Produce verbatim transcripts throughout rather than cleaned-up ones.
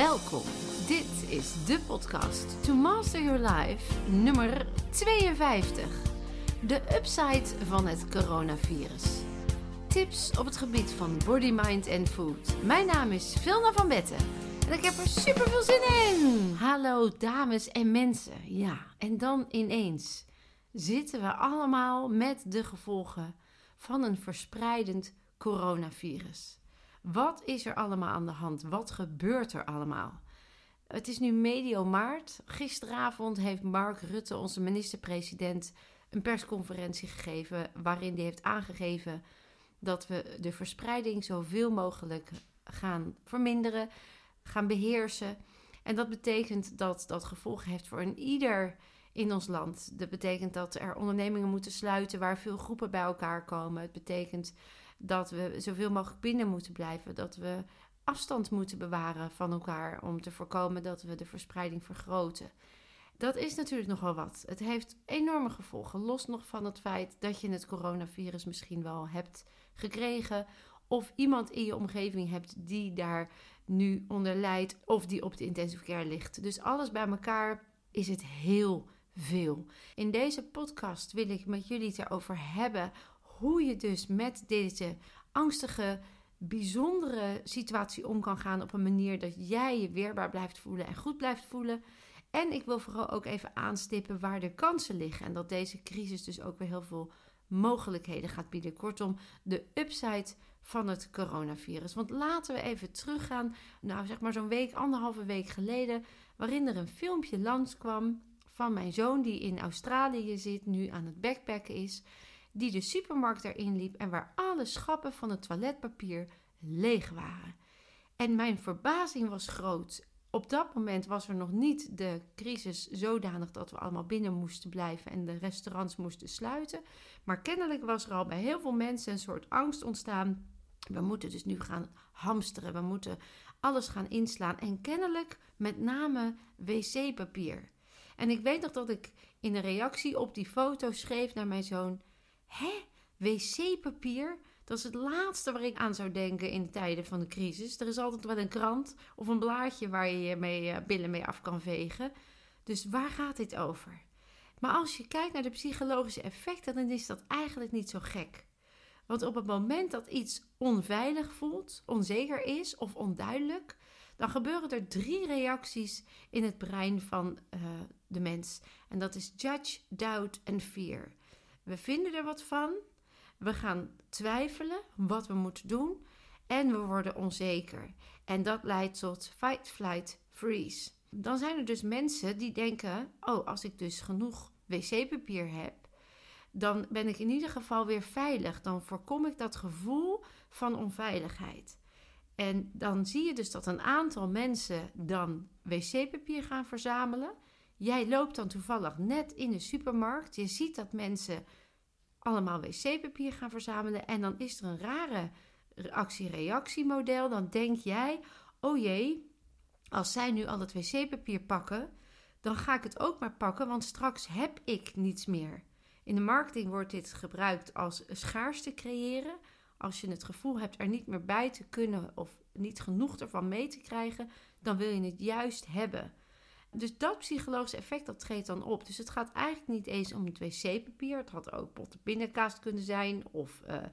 Welkom. Dit is de podcast To Master Your Life nummer tweeënvijftig. De upside van het coronavirus. Tips op het gebied van body, mind en food. Mijn naam is Vilna van Betten en ik heb er super veel zin in. Hallo dames en mensen. Ja, en dan ineens zitten we allemaal met de gevolgen van een verspreidend coronavirus. Wat is er allemaal aan de hand? Wat gebeurt er allemaal? Het is nu medio maart. Gisteravond heeft Mark Rutte, onze minister-president, een persconferentie gegeven waarin hij heeft aangegeven dat we de verspreiding zoveel mogelijk gaan verminderen, gaan beheersen. En dat betekent dat dat gevolgen heeft voor een ieder in ons land. Dat betekent dat er ondernemingen moeten sluiten waar veel groepen bij elkaar komen. Het betekent dat we zoveel mogelijk binnen moeten blijven. Dat we afstand moeten bewaren van elkaar om te voorkomen dat we de verspreiding vergroten. Dat is natuurlijk nogal wat. Het heeft enorme gevolgen. Los nog van het feit dat je het coronavirus misschien wel hebt gekregen. Of iemand in je omgeving hebt die daar nu onder lijdt. Of die op de intensive care ligt. Dus alles bij elkaar is het heel veel. In deze podcast wil ik met jullie het erover hebben hoe je dus met deze angstige, bijzondere situatie om kan gaan op een manier dat jij je weerbaar blijft voelen en goed blijft voelen. En ik wil vooral ook even aanstippen waar de kansen liggen en dat deze crisis dus ook weer heel veel mogelijkheden gaat bieden. Kortom, de upside van het coronavirus. Want laten we even teruggaan, nou zeg maar zo'n week, anderhalve week geleden, waarin er een filmpje langskwam van mijn zoon die in Australië zit, nu aan het backpacken is, die de supermarkt erin liep en waar alle schappen van het toiletpapier leeg waren. En mijn verbazing was groot. Op dat moment was er nog niet de crisis zodanig dat we allemaal binnen moesten blijven en de restaurants moesten sluiten. Maar kennelijk was er al bij heel veel mensen een soort angst ontstaan. We moeten dus nu gaan hamsteren, we moeten alles gaan inslaan en kennelijk met name wc-papier. En ik weet nog dat ik in een reactie op die foto schreef naar mijn zoon: Hé, wc-papier? Dat is het laatste waar ik aan zou denken in de tijden van de crisis. Er is altijd wel een krant of een blaadje waar je je mee, billen mee af kan vegen. Dus waar gaat dit over? Maar als je kijkt naar de psychologische effecten, dan is dat eigenlijk niet zo gek. Want op het moment dat iets onveilig voelt, onzeker is of onduidelijk, dan gebeuren er drie reacties in het brein van uh, de mens. En dat is judge, doubt en fear. We vinden er wat van, we gaan twijfelen wat we moeten doen en we worden onzeker. En dat leidt tot fight, flight, freeze. Dan zijn er dus mensen die denken, oh, als ik dus genoeg wc-papier heb, dan ben ik in ieder geval weer veilig. Dan voorkom ik dat gevoel van onveiligheid. En dan zie je dus dat een aantal mensen dan wc-papier gaan verzamelen. Jij loopt dan toevallig net in de supermarkt. Je ziet dat mensen allemaal wc-papier gaan verzamelen. En dan is er een rare actie-reactiemodel. Dan denk jij, oh jee, als zij nu al het wc-papier pakken, dan ga ik het ook maar pakken, want straks heb ik niets meer. In de marketing wordt dit gebruikt als schaarste creëren. Als je het gevoel hebt er niet meer bij te kunnen of niet genoeg ervan mee te krijgen, dan wil je het juist hebben. Dus dat psychologische effect, dat treedt dan op. Dus het gaat eigenlijk niet eens om het wc-papier. Het had ook potten pindakaas kunnen zijn of uh,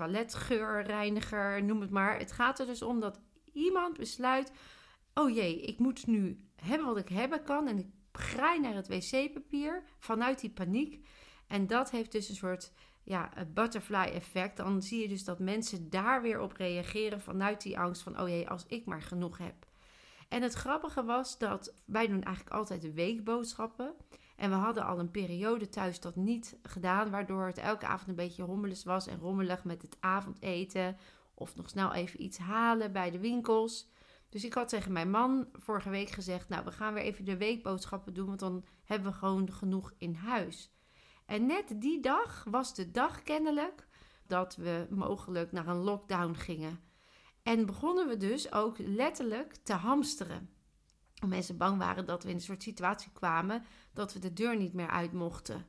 toiletgeurreiniger, noem het maar. Het gaat er dus om dat iemand besluit, oh jee, ik moet nu hebben wat ik hebben kan en ik graai naar het wc-papier vanuit die paniek. En dat heeft dus een soort ja, butterfly effect. Dan zie je dus dat mensen daar weer op reageren vanuit die angst van, oh jee, als ik maar genoeg heb. En het grappige was dat wij doen eigenlijk altijd de weekboodschappen. En we hadden al een periode thuis dat niet gedaan, waardoor het elke avond een beetje rommelig was en rommelig met het avondeten. Of nog snel even iets halen bij de winkels. Dus ik had tegen mijn man vorige week gezegd, nou, we gaan weer even de weekboodschappen doen, want dan hebben we gewoon genoeg in huis. En net die dag was de dag kennelijk dat we mogelijk naar een lockdown gingen. En begonnen we dus ook letterlijk te hamsteren. Omdat mensen bang waren dat we in een soort situatie kwamen dat we de deur niet meer uit mochten.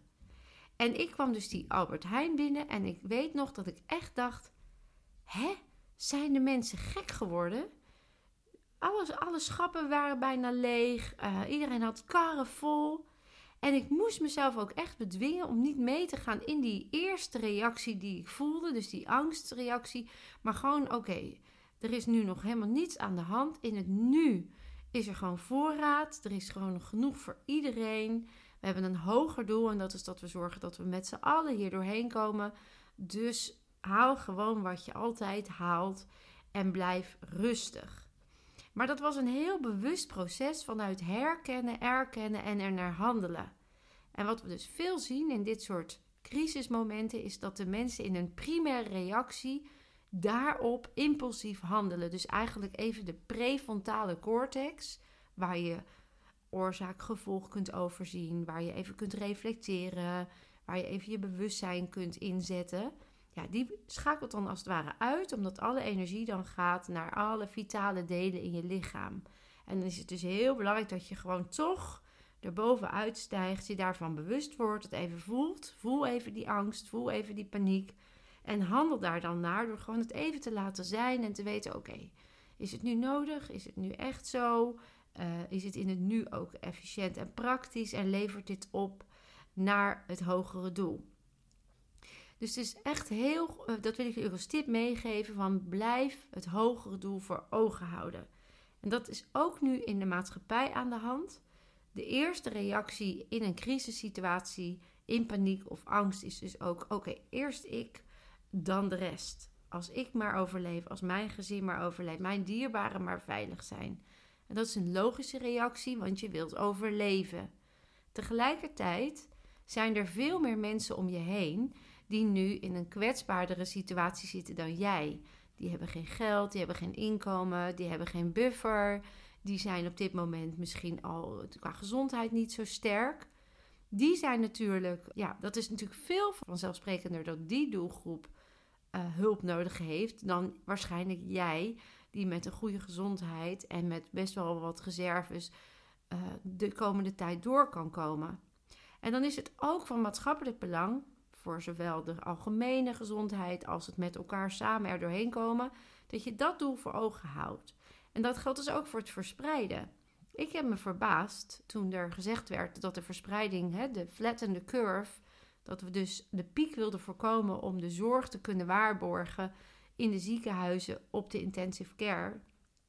En ik kwam dus die Albert Heijn binnen en ik weet nog dat ik echt dacht, hè, zijn de mensen gek geworden? Alles, alle schappen waren bijna leeg. Uh, iedereen had karren vol. En ik moest mezelf ook echt bedwingen om niet mee te gaan in die eerste reactie die ik voelde. Dus die angstreactie. Maar gewoon, oké, okay, er is nu nog helemaal niets aan de hand. In het nu is er gewoon voorraad. Er is gewoon nog genoeg voor iedereen. We hebben een hoger doel en dat is dat we zorgen dat we met z'n allen hier doorheen komen. Dus haal gewoon wat je altijd haalt en blijf rustig. Maar dat was een heel bewust proces vanuit herkennen, erkennen en er naar handelen. En wat we dus veel zien in dit soort crisismomenten is dat de mensen in een primaire reactie daarop impulsief handelen. Dus eigenlijk even de prefrontale cortex, waar je oorzaak-gevolg kunt overzien, waar je even kunt reflecteren, waar je even je bewustzijn kunt inzetten. Ja, die schakelt dan als het ware uit, omdat alle energie dan gaat naar alle vitale delen in je lichaam. En dan is het dus heel belangrijk dat je gewoon toch erbovenuit stijgt, je daarvan bewust wordt, het even voelt. Voel even die angst, voel even die paniek en handel daar dan naar door gewoon het even te laten zijn en te weten, oké, okay, is het nu nodig? Is het nu echt zo? Uh, is het in het nu ook efficiënt en praktisch en levert dit op naar het hogere doel? Dus het is echt heel, dat wil ik jullie als tip meegeven, van blijf het hogere doel voor ogen houden. En dat is ook nu in de maatschappij aan de hand. De eerste reactie in een crisissituatie, in paniek of angst, is dus ook, oké, okay, eerst ik, dan de rest. Als ik maar overleef, als mijn gezin maar overleeft, mijn dierbaren maar veilig zijn. En dat is een logische reactie, want je wilt overleven. Tegelijkertijd zijn er veel meer mensen om je heen die nu in een kwetsbaardere situatie zitten dan jij. Die hebben geen geld, die hebben geen inkomen, die hebben geen buffer. Die zijn op dit moment misschien al qua gezondheid niet zo sterk. Die zijn natuurlijk, ja, dat is natuurlijk veel vanzelfsprekender dat die doelgroep uh, hulp nodig heeft dan waarschijnlijk jij, die met een goede gezondheid en met best wel wat reserves uh, de komende tijd door kan komen. En dan is het ook van maatschappelijk belang, voor zowel de algemene gezondheid als het met elkaar samen er doorheen komen, dat je dat doel voor ogen houdt. En dat geldt dus ook voor het verspreiden. Ik heb me verbaasd toen er gezegd werd dat de verspreiding, hè, de flattende curve, dat we dus de piek wilden voorkomen om de zorg te kunnen waarborgen in de ziekenhuizen op de intensive care.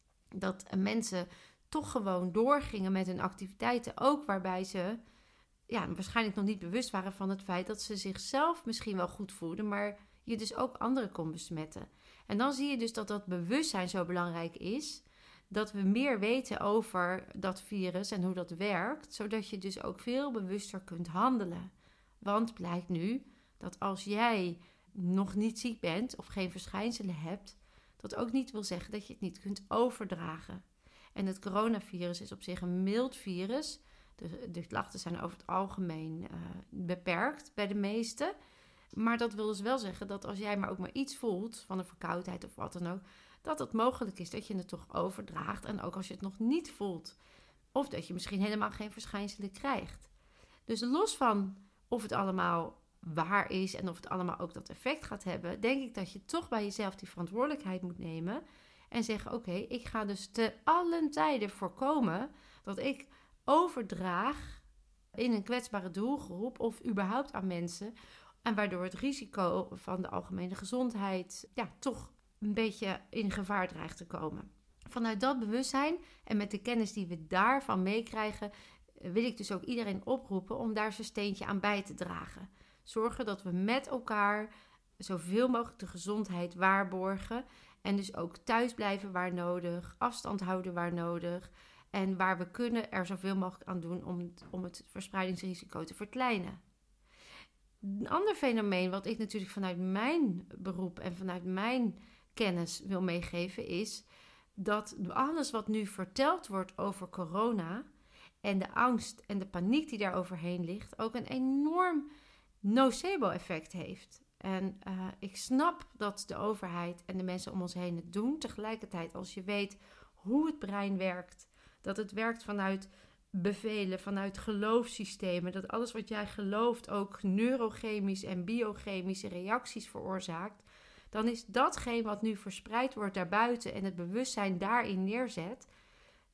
Dat mensen toch gewoon doorgingen met hun activiteiten, ook waarbij ze ja, waarschijnlijk nog niet bewust waren van het feit dat ze zichzelf misschien wel goed voelden, maar je dus ook anderen kon besmetten. En dan zie je dus dat dat bewustzijn zo belangrijk is, dat we meer weten over dat virus en hoe dat werkt, zodat je dus ook veel bewuster kunt handelen. Want blijkt nu dat als jij nog niet ziek bent of geen verschijnselen hebt, dat ook niet wil zeggen dat je het niet kunt overdragen. En het coronavirus is op zich een mild virus. De, de klachten zijn over het algemeen uh, beperkt bij de meesten. Maar dat wil dus wel zeggen dat als jij maar ook maar iets voelt van een verkoudheid of wat dan ook, dat het mogelijk is dat je het toch overdraagt. En ook als je het nog niet voelt. Of dat je misschien helemaal geen verschijnselen krijgt. Dus los van of het allemaal waar is en of het allemaal ook dat effect gaat hebben, denk ik dat je toch bij jezelf die verantwoordelijkheid moet nemen. En zeggen, oké, okay, ik ga dus te allen tijden voorkomen dat ik overdraag in een kwetsbare doelgroep of überhaupt aan mensen. En waardoor het risico van de algemene gezondheid ja, toch een beetje in gevaar dreigt te komen. Vanuit dat bewustzijn en met de kennis die we daarvan meekrijgen, wil ik dus ook iedereen oproepen om daar zijn steentje aan bij te dragen. Zorgen dat we met elkaar zoveel mogelijk de gezondheid waarborgen. En dus ook thuis blijven waar nodig, afstand houden waar nodig. En waar we kunnen er zoveel mogelijk aan doen om het, om het verspreidingsrisico te verkleinen. Een ander fenomeen wat ik natuurlijk vanuit mijn beroep en vanuit mijn kennis wil meegeven is dat alles wat nu verteld wordt over corona en de angst en de paniek die daar overheen ligt ook een enorm nocebo-effect heeft. En uh, ik snap dat de overheid en de mensen om ons heen het doen. Tegelijkertijd, als je weet hoe het brein werkt, dat het werkt vanuit bevelen, vanuit geloofssystemen, dat alles wat jij gelooft ook neurochemische en biochemische reacties veroorzaakt, dan is datgene wat nu verspreid wordt daarbuiten en het bewustzijn daarin neerzet,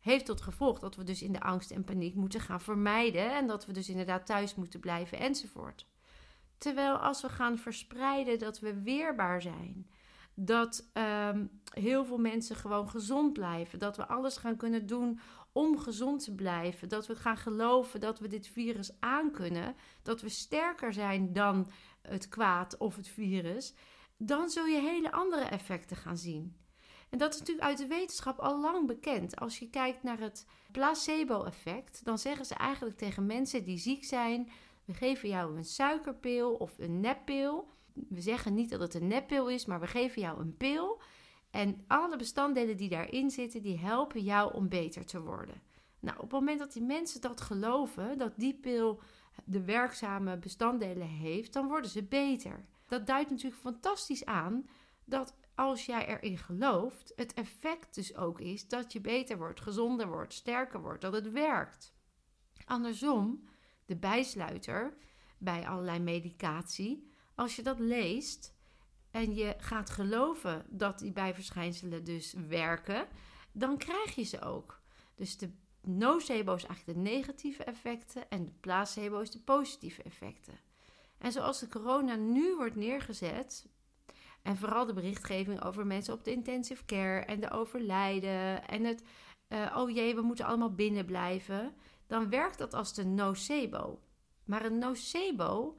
heeft tot gevolg dat we dus in de angst en paniek moeten gaan vermijden. En dat we dus inderdaad thuis moeten blijven enzovoort. Terwijl als we gaan verspreiden dat we weerbaar zijn. Dat um, heel veel mensen gewoon gezond blijven. Dat we alles gaan kunnen doen om gezond te blijven. Dat we gaan geloven dat we dit virus aankunnen. Dat we sterker zijn dan het kwaad of het virus. Dan zul je hele andere effecten gaan zien. En dat is natuurlijk uit de wetenschap al lang bekend. Als je kijkt naar het placebo-effect, dan zeggen ze eigenlijk tegen mensen die ziek zijn: we geven jou een suikerpil of een neppil. We zeggen niet dat het een neppil is, maar we geven jou een pil. En alle bestanddelen die daarin zitten, die helpen jou om beter te worden. Nou, op het moment dat die mensen dat geloven, dat die pil de werkzame bestanddelen heeft, dan worden ze beter. Dat duidt natuurlijk fantastisch aan dat als jij erin gelooft, het effect dus ook is dat je beter wordt, gezonder wordt, sterker wordt, dat het werkt. Andersom, de bijsluiter bij allerlei medicatie, als je dat leest en je gaat geloven dat die bijverschijnselen dus werken, dan krijg je ze ook. Dus de nocebo is eigenlijk de negatieve effecten en de placebo is de positieve effecten. En zoals de corona nu wordt neergezet, en vooral de berichtgeving over mensen op de intensive care en de overlijden en het, uh, oh jee, we moeten allemaal binnen blijven, dan werkt dat als de nocebo. Maar een nocebo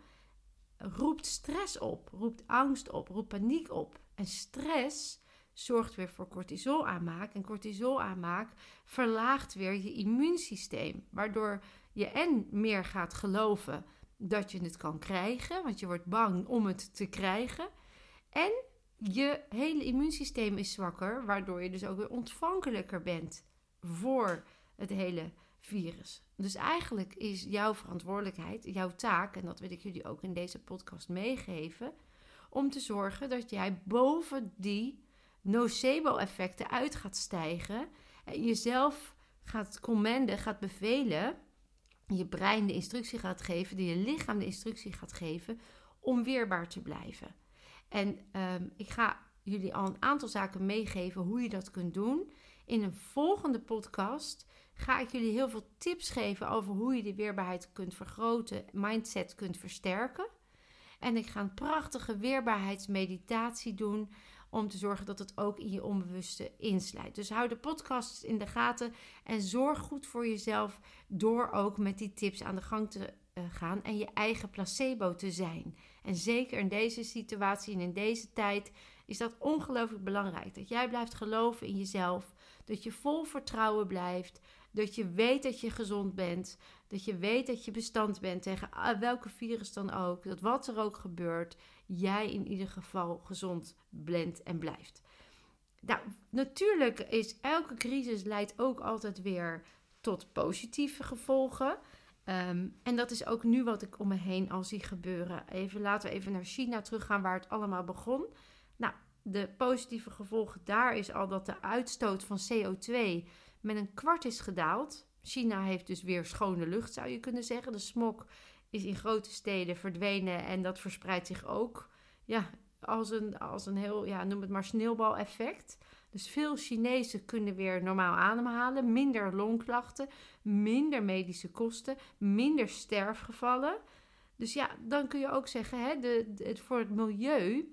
roept stress op, roept angst op, roept paniek op. En stress zorgt weer voor cortisolaanmaak. En cortisolaanmaak verlaagt weer je immuunsysteem. Waardoor je en meer gaat geloven dat je het kan krijgen. Want je wordt bang om het te krijgen. En je hele immuunsysteem is zwakker. Waardoor je dus ook weer ontvankelijker bent voor het hele virus. Dus eigenlijk is jouw verantwoordelijkheid, jouw taak, en dat wil ik jullie ook in deze podcast meegeven, om te zorgen dat jij boven die nocebo-effecten uit gaat stijgen en jezelf gaat commanden, gaat bevelen, je brein de instructie gaat geven, die je lichaam de instructie gaat geven om weerbaar te blijven. En um, ik ga jullie al een aantal zaken meegeven hoe je dat kunt doen. In een volgende podcast ga ik jullie heel veel tips geven over hoe je de weerbaarheid kunt vergroten, mindset kunt versterken. En ik ga een prachtige weerbaarheidsmeditatie doen om te zorgen dat het ook in je onbewuste inslijt. Dus hou de podcasts in de gaten en zorg goed voor jezelf door ook met die tips aan de gang te uh, gaan en je eigen placebo te zijn. En zeker in deze situatie en in deze tijd is dat ongelooflijk belangrijk. Dat jij blijft geloven in jezelf, dat je vol vertrouwen blijft, dat je weet dat je gezond bent, dat je weet dat je bestand bent tegen welke virus dan ook, dat wat er ook gebeurt, jij in ieder geval gezond bent en blijft. Nou, natuurlijk is elke crisis leidt ook altijd weer tot positieve gevolgen. Um, en dat is ook nu wat ik om me heen al zie gebeuren. Even, laten we even naar China teruggaan waar het allemaal begon. Nou, de positieve gevolgen daar is al dat de uitstoot van C O twee met een kwart is gedaald. China heeft dus weer schone lucht, zou je kunnen zeggen. De smog is in grote steden verdwenen en dat verspreidt zich ook ja, als, een, als een heel, ja, noem het maar sneeuwbaleffect. Dus veel Chinezen kunnen weer normaal ademhalen, minder longklachten, minder medische kosten, minder sterfgevallen. Dus ja, dan kun je ook zeggen, hè, de, de, voor het milieu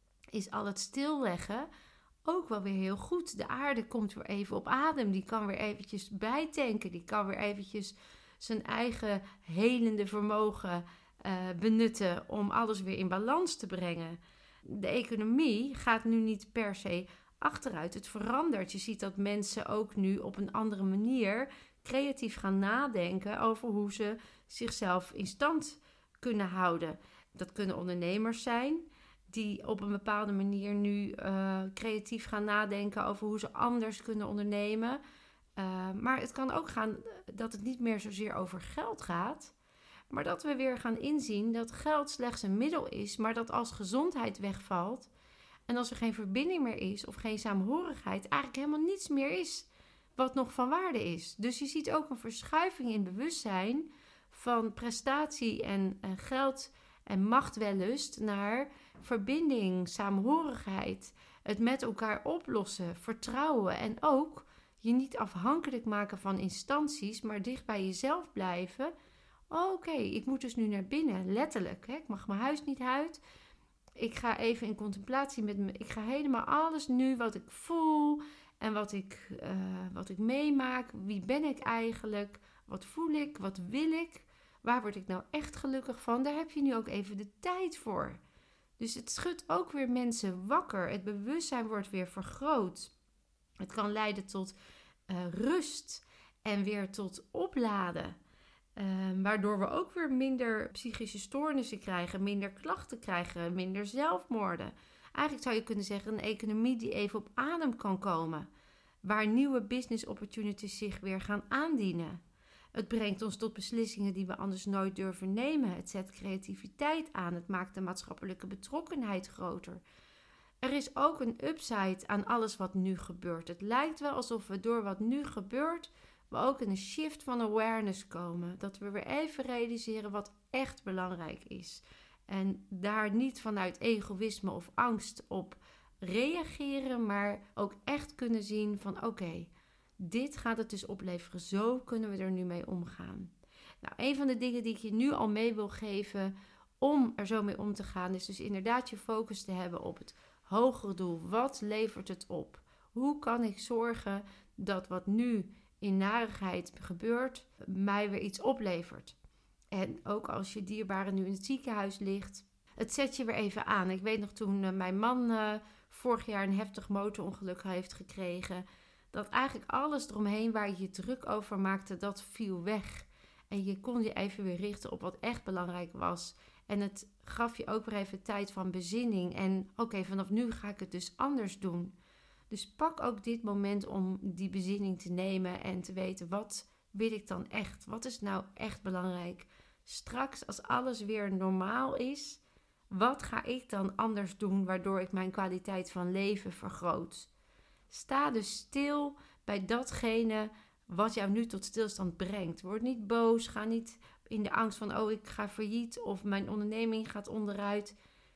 is al het stilleggen ook wel weer heel goed. De aarde komt weer even op adem. Die kan weer eventjes bijtanken. Die kan weer eventjes zijn eigen helende vermogen uh, benutten om alles weer in balans te brengen. De economie gaat nu niet per se achteruit. Het verandert. Je ziet dat mensen ook nu op een andere manier creatief gaan nadenken over hoe ze zichzelf in stand kunnen houden. Dat kunnen ondernemers zijn die op een bepaalde manier nu uh, creatief gaan nadenken over hoe ze anders kunnen ondernemen. Uh, maar het kan ook gaan dat het niet meer zozeer over geld gaat, maar dat we weer gaan inzien dat geld slechts een middel is, maar dat als gezondheid wegvalt en als er geen verbinding meer is of geen saamhorigheid, eigenlijk helemaal niets meer is wat nog van waarde is. Dus je ziet ook een verschuiving in bewustzijn van prestatie en, en geld en machtwellust naar verbinding, saamhorigheid, het met elkaar oplossen, vertrouwen en ook Je niet afhankelijk maken van instanties, maar dicht bij jezelf blijven. Oké, okay, ik moet dus nu naar binnen, letterlijk. Hè? Ik mag mijn huis niet uit. Ik ga even in contemplatie met me. Ik ga helemaal alles nu wat ik voel en wat ik, uh, wat ik meemaak. Wie ben ik eigenlijk? Wat voel ik? Wat wil ik? Waar word ik nou echt gelukkig van? Daar heb je nu ook even de tijd voor. Dus het schudt ook weer mensen wakker. Het bewustzijn wordt weer vergroot. Het kan leiden tot uh, rust en weer tot opladen. Uh, waardoor we ook weer minder psychische stoornissen krijgen, minder klachten krijgen, minder zelfmoorden. Eigenlijk zou je kunnen zeggen een economie die even op adem kan komen. Waar nieuwe business opportunities zich weer gaan aandienen. Het brengt ons tot beslissingen die we anders nooit durven nemen. Het zet creativiteit aan. Het maakt de maatschappelijke betrokkenheid groter. Er is ook een upside aan alles wat nu gebeurt. Het lijkt wel alsof we door wat nu gebeurt, we ook in een shift van awareness komen. Dat we weer even realiseren wat echt belangrijk is. En daar niet vanuit egoïsme of angst op reageren, maar ook echt kunnen zien van oké, okay, dit gaat het dus opleveren. Zo kunnen we er nu mee omgaan. Nou, een van de dingen die ik je nu al mee wil geven om er zo mee om te gaan, is dus inderdaad je focus te hebben op het hogere doel. Wat levert het op? Hoe kan ik zorgen dat wat nu in narigheid gebeurt, mij weer iets oplevert? En ook als je dierbare nu in het ziekenhuis ligt, het zet je weer even aan. Ik weet nog toen uh, mijn man uh, vorig jaar een heftig motorongeluk heeft gekregen, dat eigenlijk alles eromheen waar je je druk over maakte, dat viel weg. En je kon je even weer richten op wat echt belangrijk was. En het gaf je ook weer even tijd van bezinning. En oké, okay, vanaf nu ga ik het dus anders doen. Dus pak ook dit moment om die bezinning te nemen en te weten, wat wil ik dan echt? Wat is nou echt belangrijk? Straks, als alles weer normaal is, wat ga ik dan anders doen waardoor ik mijn kwaliteit van leven vergroot? Sta dus stil bij datgene wat jou nu tot stilstand brengt. Word niet boos, ga niet in de angst van oh ik ga failliet of mijn onderneming gaat onderuit.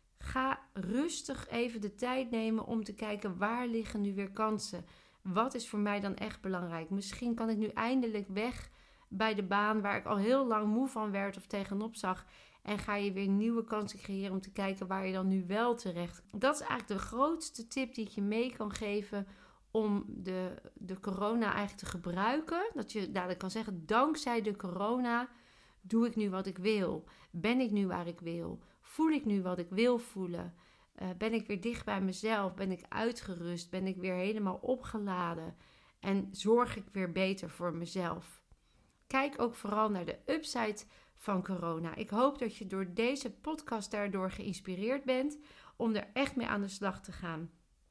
Ga rustig even de tijd nemen om te kijken waar liggen nu weer kansen. Wat is voor mij dan echt belangrijk? Misschien kan ik nu eindelijk weg bij de baan waar ik al heel lang moe van werd of tegenop zag. En ga je weer nieuwe kansen creëren om te kijken waar je dan nu wel terecht. Dat is eigenlijk de grootste tip die ik je mee kan geven om de, de corona eigenlijk te gebruiken. Dat je dadelijk kan zeggen, dankzij de corona doe ik nu wat ik wil. Ben ik nu waar ik wil? Voel ik nu wat ik wil voelen? Uh, ben ik weer dicht bij mezelf? Ben ik uitgerust? Ben ik weer helemaal opgeladen? En zorg ik weer beter voor mezelf? Kijk ook vooral naar de upside van corona. Ik hoop dat je door deze podcast daardoor geïnspireerd bent om er echt mee aan de slag te gaan.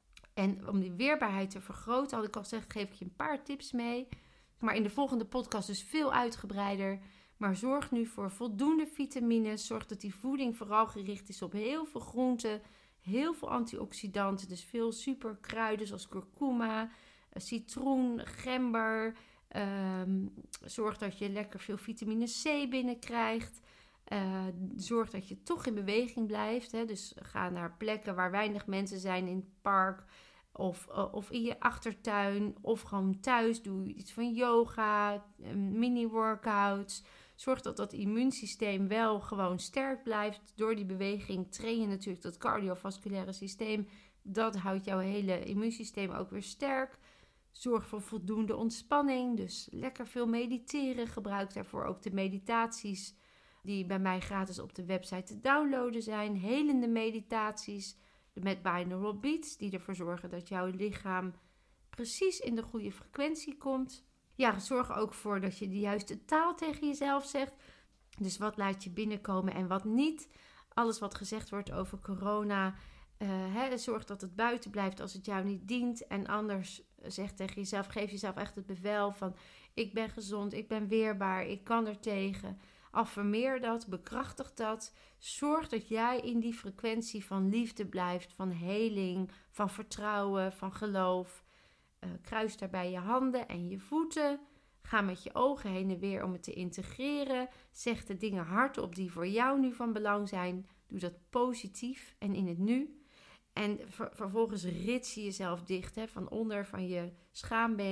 En om die weerbaarheid te vergroten, had ik al gezegd, geef ik je een paar tips mee. Maar in de volgende podcast dus veel uitgebreider. Maar zorg nu voor voldoende vitamines. Zorg dat die voeding vooral gericht is op heel veel groenten. Heel veel antioxidanten. Dus veel superkruiden zoals kurkuma, citroen, gember. Um, zorg dat je lekker veel vitamine C binnenkrijgt. Uh, zorg dat je toch in beweging blijft. Hè? Dus ga naar plekken waar weinig mensen zijn in het park. Of, uh, of in je achtertuin. Of gewoon thuis. Doe iets van yoga. Mini-workouts. Zorg dat dat immuunsysteem wel gewoon sterk blijft. Door die beweging train je natuurlijk dat cardiovasculaire systeem. Dat houdt jouw hele immuunsysteem ook weer sterk. Zorg voor voldoende ontspanning. Dus lekker veel mediteren. Gebruik daarvoor ook de meditaties die bij mij gratis op de website te downloaden zijn. Helende meditaties met binaural beats die ervoor zorgen dat jouw lichaam precies in de goede frequentie komt. Ja, zorg er ook voor dat je de juiste taal tegen jezelf zegt. Dus wat laat je binnenkomen en wat niet. Alles wat gezegd wordt over corona, uh, hè, zorg dat het buiten blijft als het jou niet dient. En anders zeg tegen jezelf, geef jezelf echt het bevel van ik ben gezond, ik ben weerbaar, ik kan er tegen. Affirmeer dat, bekrachtig dat. Zorg dat jij in die frequentie van liefde blijft, van heling, van vertrouwen, van geloof. Uh, kruis daarbij je handen en je voeten. Ga met je ogen heen en weer om het te integreren. Zeg de dingen hardop die voor jou nu van belang zijn. Doe dat positief en in het nu. En ver- vervolgens rits je jezelf dicht, hè, van onder van je schaambeen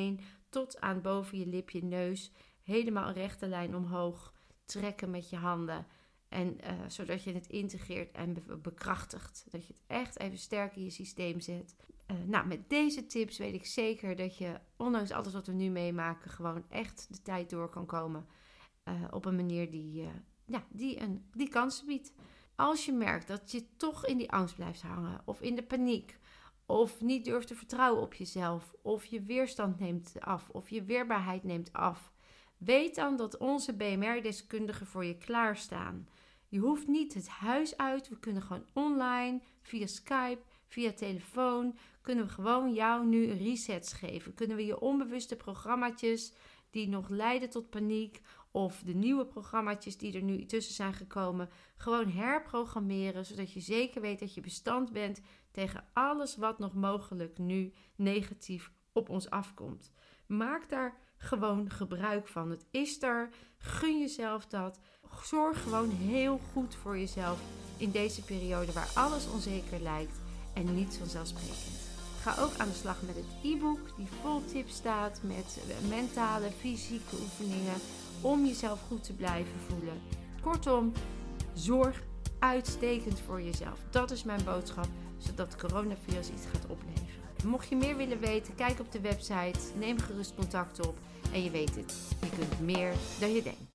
tot aan boven je lip, je neus. Helemaal een rechte lijn omhoog trekken met je handen. En uh, zodat je het integreert en be- bekrachtigt. Dat je het echt even sterk in je systeem zet. Uh, nou, met deze tips weet ik zeker dat je, ondanks alles wat we nu meemaken, gewoon echt de tijd door kan komen. Uh, op een manier die, uh, ja, die, een, die kansen biedt. Als je merkt dat je toch in die angst blijft hangen. Of in de paniek. Of niet durft te vertrouwen op jezelf. Of je weerstand neemt af. Of je weerbaarheid neemt af. Weet dan dat onze B M R-deskundigen voor je klaarstaan. Je hoeft niet het huis uit. We kunnen gewoon online, via Skype, via telefoon, kunnen we gewoon jou nu resets geven. Kunnen we je onbewuste programmaatjes die nog leiden tot paniek, of de nieuwe programmaatjes die er nu tussen zijn gekomen, gewoon herprogrammeren, zodat je zeker weet dat je bestand bent tegen alles wat nog mogelijk nu negatief op ons afkomt. Maak daar gewoon gebruik van. Het is er. Gun jezelf dat. Zorg gewoon heel goed voor jezelf in deze periode waar alles onzeker lijkt en niets vanzelfsprekend. Ga ook aan de slag met het e-book die vol tips staat met mentale, fysieke oefeningen om jezelf goed te blijven voelen. Kortom, zorg uitstekend voor jezelf. Dat is mijn boodschap, zodat het coronavirus iets gaat opleveren. Mocht je meer willen weten, kijk op de website, neem gerust contact op en je weet het, je kunt meer dan je denkt.